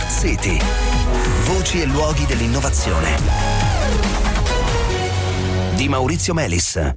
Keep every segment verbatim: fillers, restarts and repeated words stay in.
Smart City. Voci e luoghi dell'innovazione. Di Maurizio Melis.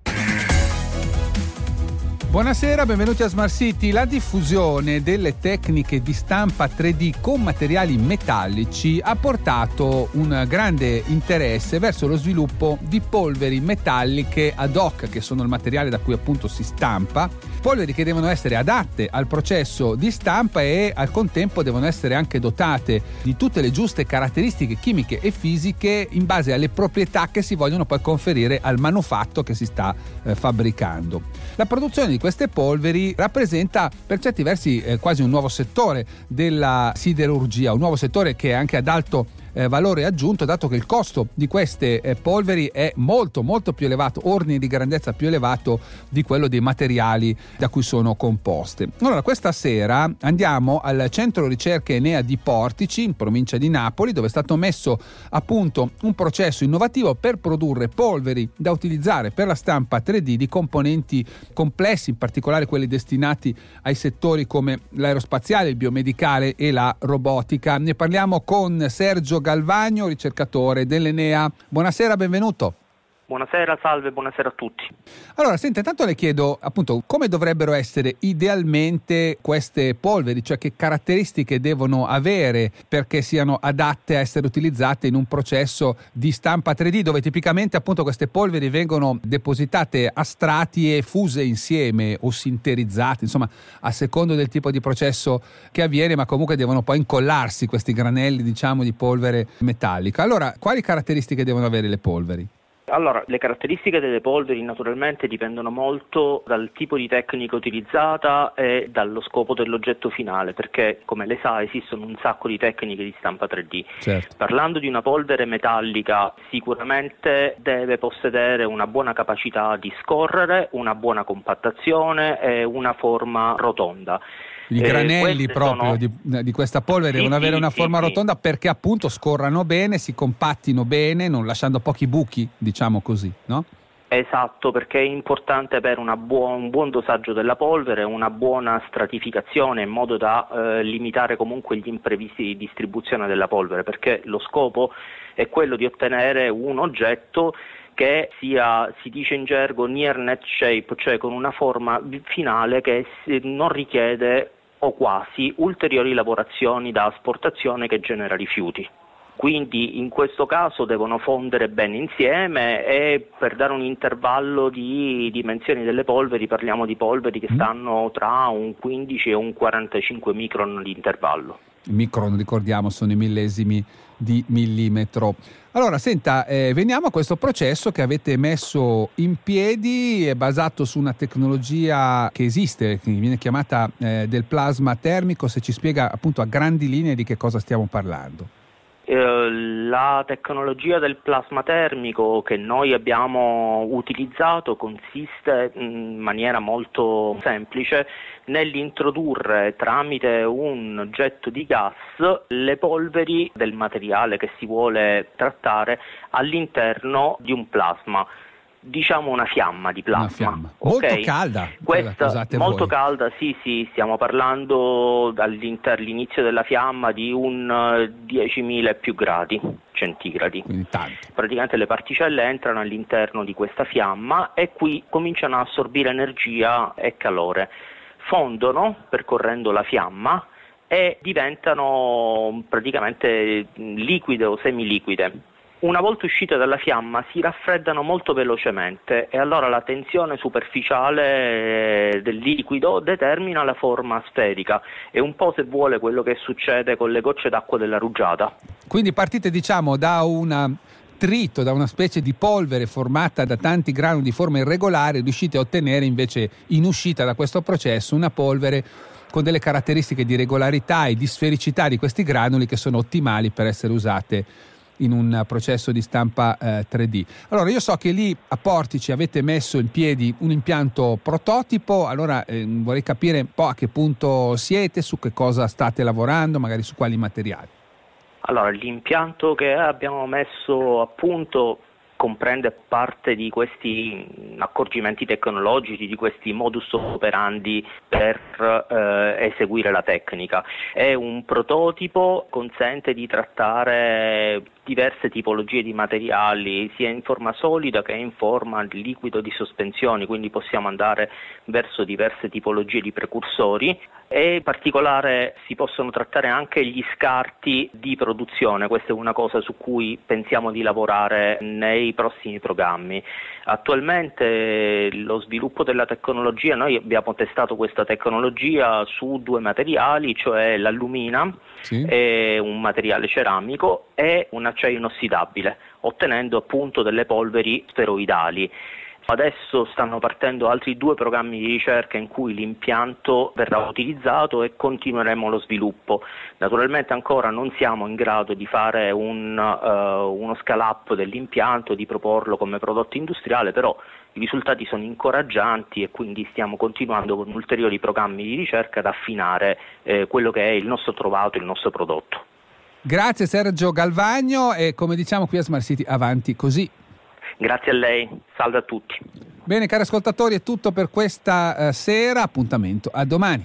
Buonasera, benvenuti a Smart City. La diffusione delle tecniche di stampa tre D con materiali metallici ha portato un grande interesse verso lo sviluppo di polveri metalliche ad hoc, che sono il materiale da cui appunto si stampa, polveri che devono essere adatte al processo di stampa e al contempo devono essere anche dotate di tutte le giuste caratteristiche chimiche e fisiche in base alle proprietà che si vogliono poi conferire al manufatto che si sta eh, fabbricando. La produzione di queste polveri rappresenta per certi versi eh, quasi un nuovo settore della siderurgia, un nuovo settore che è anche ad alto eh, valore aggiunto, dato che il costo di queste eh, polveri è molto molto più elevato, ordini di grandezza più elevato di quello dei materiali da cui sono composte. Allora, questa sera andiamo al centro ricerche Enea di Portici, in provincia di Napoli, dove è stato messo a punto un processo innovativo per produrre polveri da utilizzare per la stampa tre D di componenti complessi, in particolare quelli destinati ai settori come l'aerospaziale, il biomedicale e la robotica. Ne parliamo con Sergio Galvagno, ricercatore dell'Enea. Buonasera, benvenuto. Buonasera, salve, buonasera a tutti. Allora, senta, intanto le chiedo appunto come dovrebbero essere idealmente queste polveri, cioè che caratteristiche devono avere perché siano adatte a essere utilizzate in un processo di stampa tre D, dove tipicamente appunto queste polveri vengono depositate a strati e fuse insieme o sinterizzate, insomma, a secondo del tipo di processo che avviene, ma comunque devono poi incollarsi questi granelli, diciamo, di polvere metallica. Allora, quali caratteristiche devono avere le polveri? Allora, le caratteristiche delle polveri naturalmente dipendono molto dal tipo di tecnica utilizzata e dallo scopo dell'oggetto finale, perché come lei sa esistono un sacco di tecniche di stampa tre D. Certo. Parlando di una polvere metallica, sicuramente deve possedere una buona capacità di scorrere, una buona compattazione e una forma rotonda. I granelli eh, proprio sono... di, di questa polvere sì, devono avere sì, una sì, forma sì. rotonda perché appunto scorrano bene, si compattino bene, non lasciando pochi buchi, diciamo così, no? Esatto, perché è importante avere una buon, un buon dosaggio della polvere, una buona stratificazione in modo da eh, limitare comunque gli imprevisti di distribuzione della polvere, perché lo scopo è quello di ottenere un oggetto che sia, si dice in gergo, near net shape, cioè con una forma finale che non richiede o quasi ulteriori lavorazioni da asportazione che genera rifiuti. Quindi in questo caso devono fondere bene insieme e per dare un intervallo di dimensioni delle polveri parliamo di polveri che stanno tra un quindici e un quarantacinque micron di intervallo. I micron, ricordiamo, sono i millesimi di millimetro. Allora, senta, eh, veniamo a questo processo che avete messo in piedi, è basato su una tecnologia che esiste, che viene chiamata eh, del plasma termico. Se ci spiega appunto a grandi linee di che cosa stiamo parlando. La tecnologia del plasma termico che noi abbiamo utilizzato consiste in maniera molto semplice nell'introdurre tramite un getto di gas le polveri del materiale che si vuole trattare all'interno di un plasma. Diciamo una fiamma di plasma. Una fiamma. Okay? Molto calda. Questa molto voi. calda, sì, sì, stiamo parlando all'inizio della fiamma di un diecimila e più gradi centigradi. Quindi tanto. Praticamente le particelle entrano all'interno di questa fiamma e qui cominciano a assorbire energia e calore. Fondono percorrendo la fiamma e diventano praticamente liquide o semiliquide. Una volta uscite dalla fiamma si raffreddano molto velocemente e allora la tensione superficiale del liquido determina la forma sferica. È un po', se vuole, quello che succede con le gocce d'acqua della rugiada. Quindi partite, diciamo, da una trito, da una specie di polvere formata da tanti granuli di forma irregolare, riuscite a ottenere invece in uscita da questo processo una polvere con delle caratteristiche di regolarità e di sfericità di questi granuli che sono ottimali per essere usate in un processo di stampa eh, tre D. Allora, io so che lì a Portici avete messo in piedi un impianto prototipo, allora eh, vorrei capire un po' a che punto siete, su che cosa state lavorando, magari su quali materiali. Allora, l'impianto che abbiamo messo a punto comprende parte di questi accorgimenti tecnologici, di questi modus operandi per eh, eseguire la tecnica. È un prototipo, consente di trattare diverse tipologie di materiali sia in forma solida che in forma liquido di sospensioni, quindi possiamo andare verso diverse tipologie di precursori e in particolare si possono trattare anche gli scarti di produzione. Questa è una cosa su cui pensiamo di lavorare nei prossimi programmi. Attualmente lo sviluppo della tecnologia, noi abbiamo testato questa tecnologia su due materiali, cioè l'allumina, sì, è un materiale ceramico, e un acciaio inossidabile, ottenendo appunto delle polveri sferoidali. Adesso stanno partendo altri due programmi di ricerca in cui l'impianto verrà utilizzato e continueremo lo sviluppo. Naturalmente ancora non siamo in grado di fare un, uh, uno scale-up dell'impianto, di proporlo come prodotto industriale, però i risultati sono incoraggianti e quindi stiamo continuando con ulteriori programmi di ricerca ad affinare eh, quello che è il nostro trovato, il nostro prodotto. Grazie Sergio Galvagno e come diciamo qui a Smart City, avanti così. Grazie a lei, salve a tutti. Bene cari ascoltatori, è tutto per questa uh, sera, appuntamento a domani.